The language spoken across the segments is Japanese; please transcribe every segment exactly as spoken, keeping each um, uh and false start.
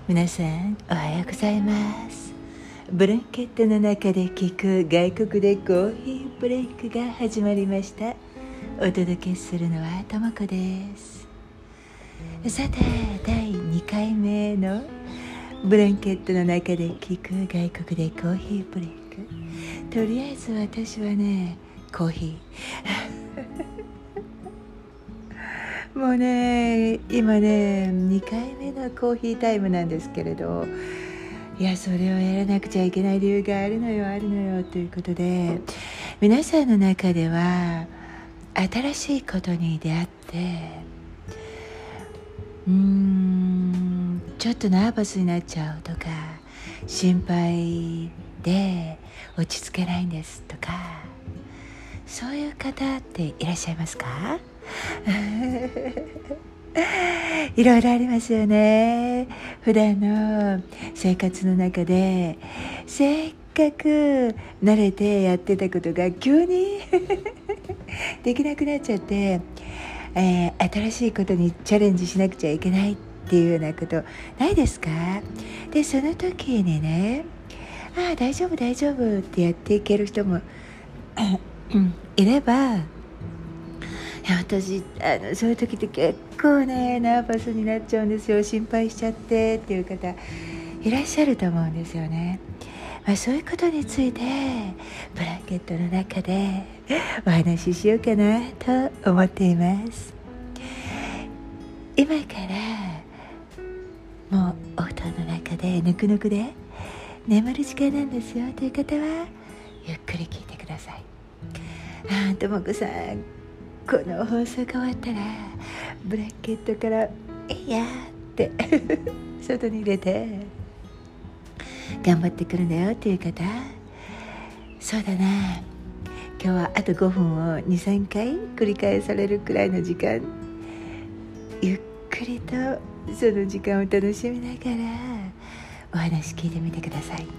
皆さんおはようございます。ブランケットの中で聞く外国でコーヒーブレイクが始まりました。お届けするのはともこです。さてだいにかいめのブランケットの中で聞く外国でコーヒーブレイク。とりあえず私はねコーヒーもうね今ねにかいめのコーヒータイムなんですけれど、いやそれをやらなくちゃいけない理由があるのよあるのよということで、皆さんの中では新しいことに出会ってうーんちょっとナーバスになっちゃうとか、心配で落ち着けないんですとか、そういう方っていらっしゃいますか？いろいろありますよね。普段の生活の中でせっかく慣れてやってたことが急にできなくなっちゃって、えー、新しいことにチャレンジしなくちゃいけないっていうようなことないですか？でその時にね、ああ大丈夫大丈夫ってやっていける人もいれば、いや私あのそういう時って結構ねナーバスになっちゃうんですよ。心配しちゃってっていう方いらっしゃると思うんですよね。まあ、そういうことについてブランケットの中でお話ししようかなと思っています。今からもうお布団の中でぬくぬくで眠る時間なんですよという方はゆっくり聞いてください。あーともこさん、この放送が終わったらブランケットからいやーって外に出て頑張ってくるんだよっていう方、そうだな今日はあとごふんを にさんかい繰り返されるくらいの時間、ゆっくりとその時間を楽しみながらお話聞いてみてください。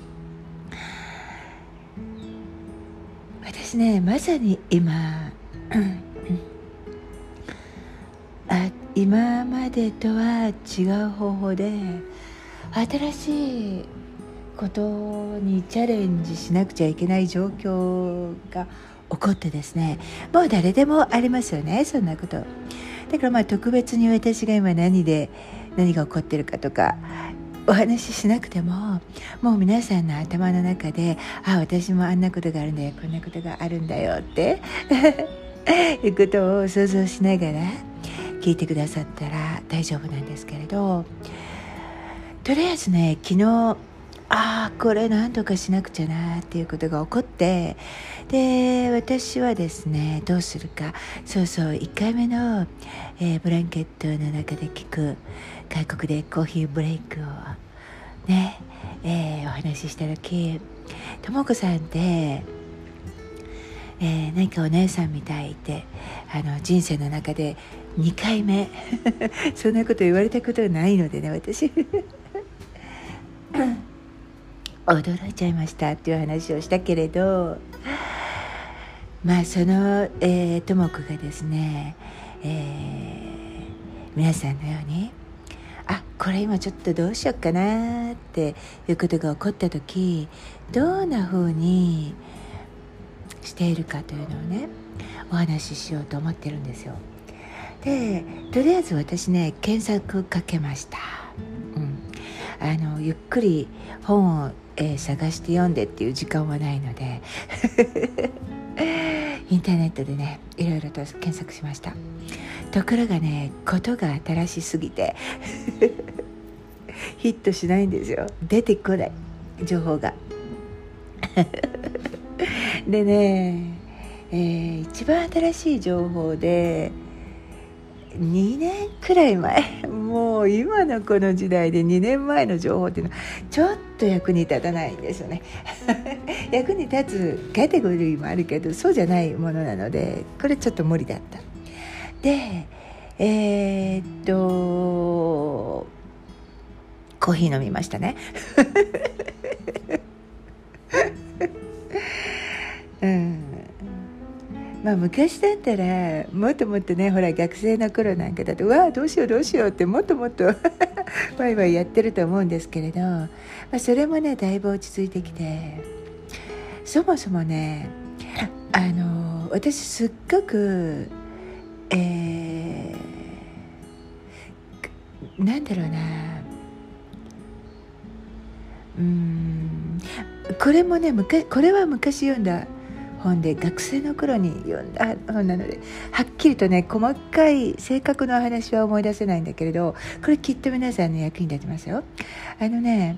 私ねまさに今あ今までとは違う方法で新しいことにチャレンジしなくちゃいけない状況が起こってですね、もう誰でもありますよねそんなこと。だからまあ特別に私が今何で何が起こってるかとかお話ししなくても、もう皆さんの頭の中であ私もあんなことがあるんだよこんなことがあるんだよっていうことを想像しながら聞いてくださったら大丈夫なんですけれど、とりあえずね昨日ああこれ何とかしなくちゃなっていうことが起こって、で私はですねどうするか、そうそういっかいめの、えー、ブランケットの中で聞く外国でコーヒーブレイクをね、えー、お話しした時、ともこさんってえー、何かお姉さんみたいってあの人生の中でにかいめそんなこと言われたことがないのでね私驚いちゃいましたっていう話をしたけれど、まあその、えー、ともこがですね、えー、皆さんのようにあこれ今ちょっとどうしようかなっていうことが起こった時どんな風にしているかというのをねお話ししようと思ってるんですよ。でとりあえず私ね検索かけました、うん、あのゆっくり本を、えー、探して読んでっていう時間はないのでインターネットでねいろいろと検索しました。ところがねことが新しすぎてヒットしないんですよ。出てこない情報がでね、えー、一番新しい情報でにねんくらい前、もう今のこの時代でにねんまえの情報っていうのはちょっと役に立たないんですよね役に立つカテゴリーもあるけどそうじゃないものなのでこれちょっと無理だった。でえー、っとコーヒー飲みましたねうんまあ、昔だったらもっともっとねほら学生の頃なんかだとうわどうしようどうしようってもっともっとワイワイやってると思うんですけれど、まあ、それもねだいぶ落ち着いてきて、そもそもねあの私すっごく、えー、なんだろうなうーんこれもね昔これは昔読んだ本で、学生の頃に読んだ本なのではっきりとね細かい性格の話は思い出せないんだけれど、これきっと皆さんの役に立ちますよ。あのね、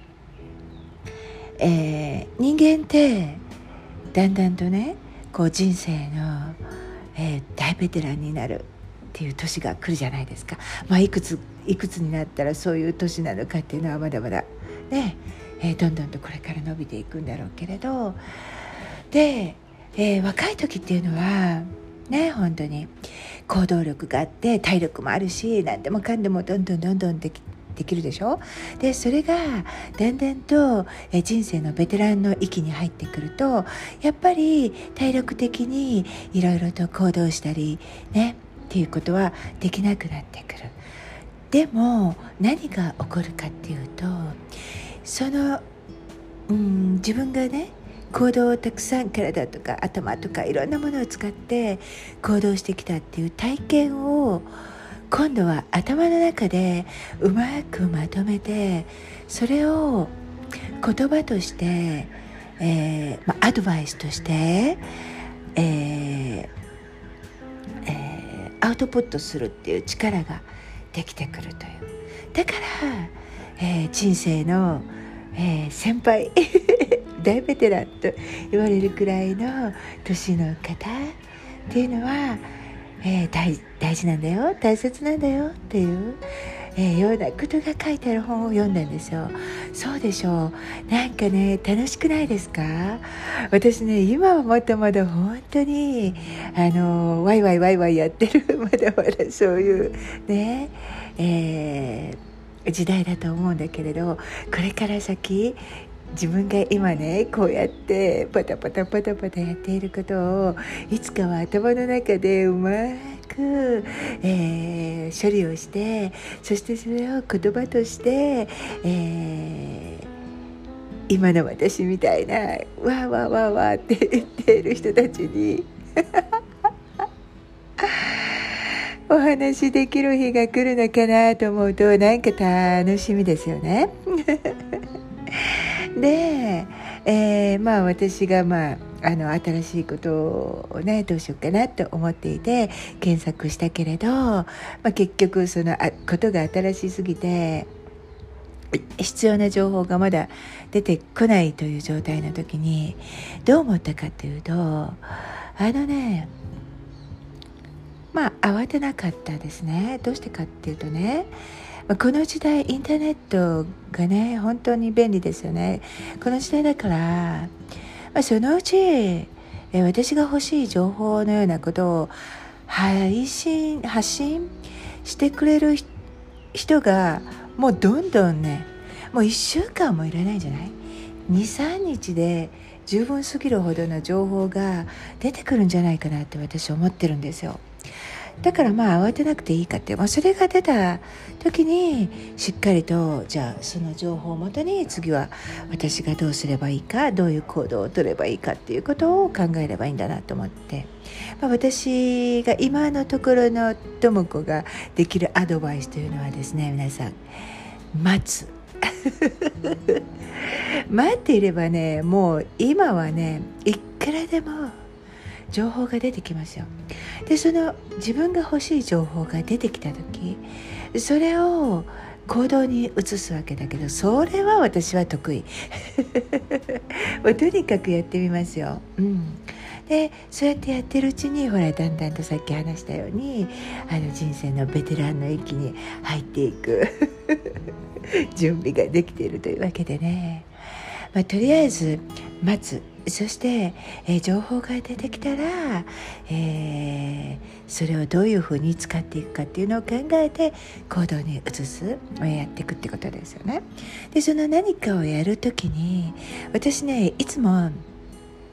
えー、人間ってだんだんとねこう人生の、えー、大ベテランになるっていう年が来るじゃないですか。まあ、いくついくつになったらそういう年なのかっていうのはまだまだね、えー、どんどんとこれから伸びていくんだろうけれど、でえー、若い時っていうのはね本当に行動力があって体力もあるし、何でもかんでもどんどんどんどんできできるでしょ。でそれがだんだんと、えー、人生のベテランの域に入ってくると、やっぱり体力的にいろいろと行動したりねっていうことはできなくなってくる。でも何が起こるかっていうと、その、うん、自分がね行動をたくさん体とか頭とかいろんなものを使って行動してきたっていう体験を今度は頭の中でうまくまとめて、それを言葉として、えーまあ、アドバイスとして、えーえー、アウトプットするっていう力ができてくるという。だから、えー、人生の、えー、先輩大ベテランと言われるくらいの年の方っていうのは、えー、大, 大事なんだよ、大切なんだよっていう、えー、ようなことが書いてある本を読んだんですよ。そうでしょう。なんかね楽しくないですか？私ね今はまだまだ本当にあのワイワイワイワイやってるまだまだそういうね、えー、時代だと思うんだけれど、これから先自分が今ねこうやってパタパタパタパタやっていることをいつかは頭の中でうまく、えー、処理をして、そしてそれを言葉として、えー、今の私みたいなわーわーわーわーって言っている人たちにお話しできる日が来るのかなと思うとなんか楽しみですよね。で、えー、まあ私がまああの新しいことをねどうしようかなと思っていて検索したけれど、まあ、結局そのあことが新しすぎて必要な情報がまだ出てこないという状態の時にどう思ったかというと、あのねまあ慌てなかったですね。どうしてかっていうとね、この時代インターネットがね本当に便利ですよね。この時代だから、まあ、そのうちえ私が欲しい情報のようなことを配信発信してくれる人がもうどんどんねもういっしゅうかんもいらないんじゃない？ にさんにちで十分すぎるほどの情報が出てくるんじゃないかなって私は思ってるんですよ。だからまあ慌てなくていいかって、まあ、それが出た時にしっかりとじゃあその情報をもとに次は私がどうすればいいか、どういう行動を取ればいいかっていうことを考えればいいんだなと思って、まあ、私が今のところのとも子ができるアドバイスというのはですね、皆さん待つ待っていればねもう今はねいくらでも情報が出てきますよ。でその自分が欲しい情報が出てきた時それを行動に移すわけだけど、それは私は得意もうとにかくやってみますよ、うん、でそうやってやってるうちにほらだんだんとさっき話したようにあの人生のベテランの域に入っていく準備ができているというわけでね、まあ、とりあえず待つ、そして、えー、情報が出てきたら、えー、それをどういうふうに使っていくかっていうのを考えて行動に移す、やっていくってことですよね。でその何かをやるときに私ねいつも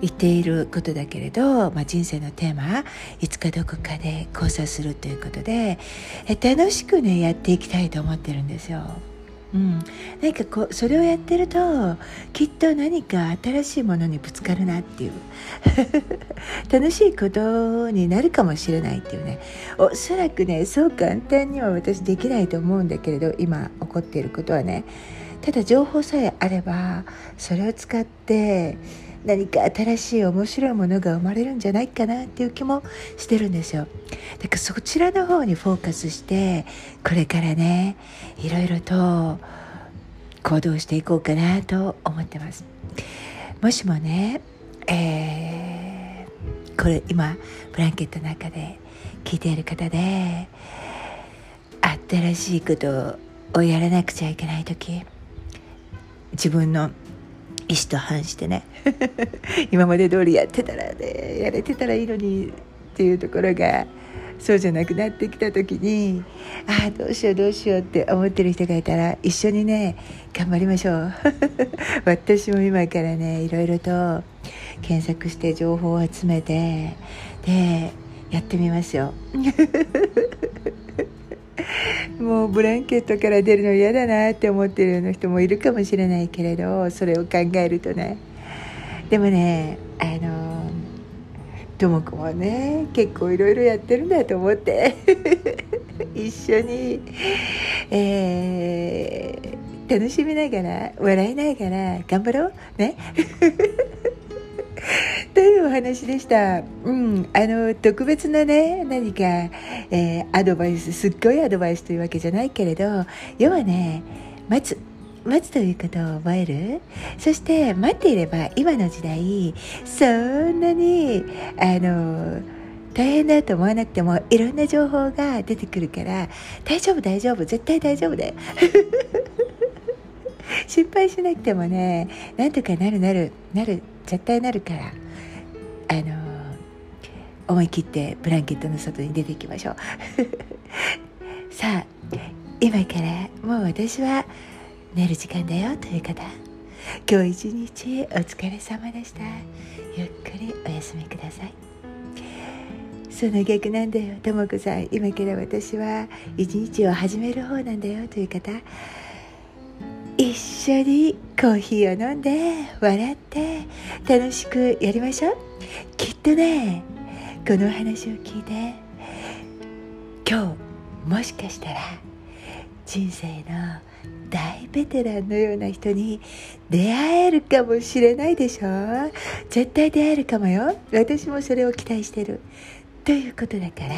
言っていることだけれど、まあ、人生のテーマいつかどこかで交差するということで、え楽しくねやっていきたいと思ってるんですよ。うん、何かこうそれをやってるときっと何か新しいものにぶつかるなっていう楽しいことになるかもしれないっていうね。おそらくねそう簡単には私できないと思うんだけれど、今起こっていることはね、ただ情報さえあればそれを使って何か新しい面白いものが生まれるんじゃないかなっていう気もしてるんですよ。だからそちらの方にフォーカスしてこれからねいろいろと行動していこうかなと思ってます。もしもね、えー、これ今ブランケットの中で聞いている方で新しいことをやらなくちゃいけないとき、自分の意思と反してね今まで通りやってたらねやれてたらいいのにっていうところがそうじゃなくなってきた時に、ああどうしようどうしようって思ってる人がいたら一緒にね頑張りましょう私も今からねいろいろと検索して情報を集めてでやってみますよもうブランケットから出るの嫌だなって思ってるような人もいるかもしれないけれど、それを考えるとね、でもねあのとも子もね結構いろいろやってるんだと思って一緒に、えー、楽しみながら笑いながら頑張ろうねというお話でした。うん、あの特別なね何か、えー、アドバイスすっごいアドバイスというわけじゃないけれど、要はね待つ待つということを覚える。そして待っていれば今の時代そんなにあの大変だと思わなくてもいろんな情報が出てくるから大丈夫大丈夫絶対大丈夫だよ心配しなくてもねなんとかなるなるなる絶対なるから、あの思い切ってブランケットの外に出ていきましょうさあ今からもう私は寝る時間だよという方、今日一日お疲れ様でした。ゆっくりお休みください。その逆なんだよともこさん、今から私は一日を始める方なんだよという方、一緒にコーヒーを飲んで笑って楽しくやりましょう。きっとねこの話を聞いて今日もしかしたら人生の大ベテランのような人に出会えるかもしれないでしょ。絶対出会えるかもよ。私もそれを期待してるということだから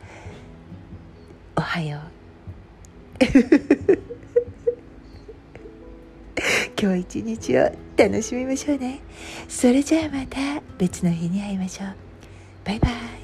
おはよう今日一日を楽しみましょうね。それじゃあまた別の日に会いましょう。バイバイ。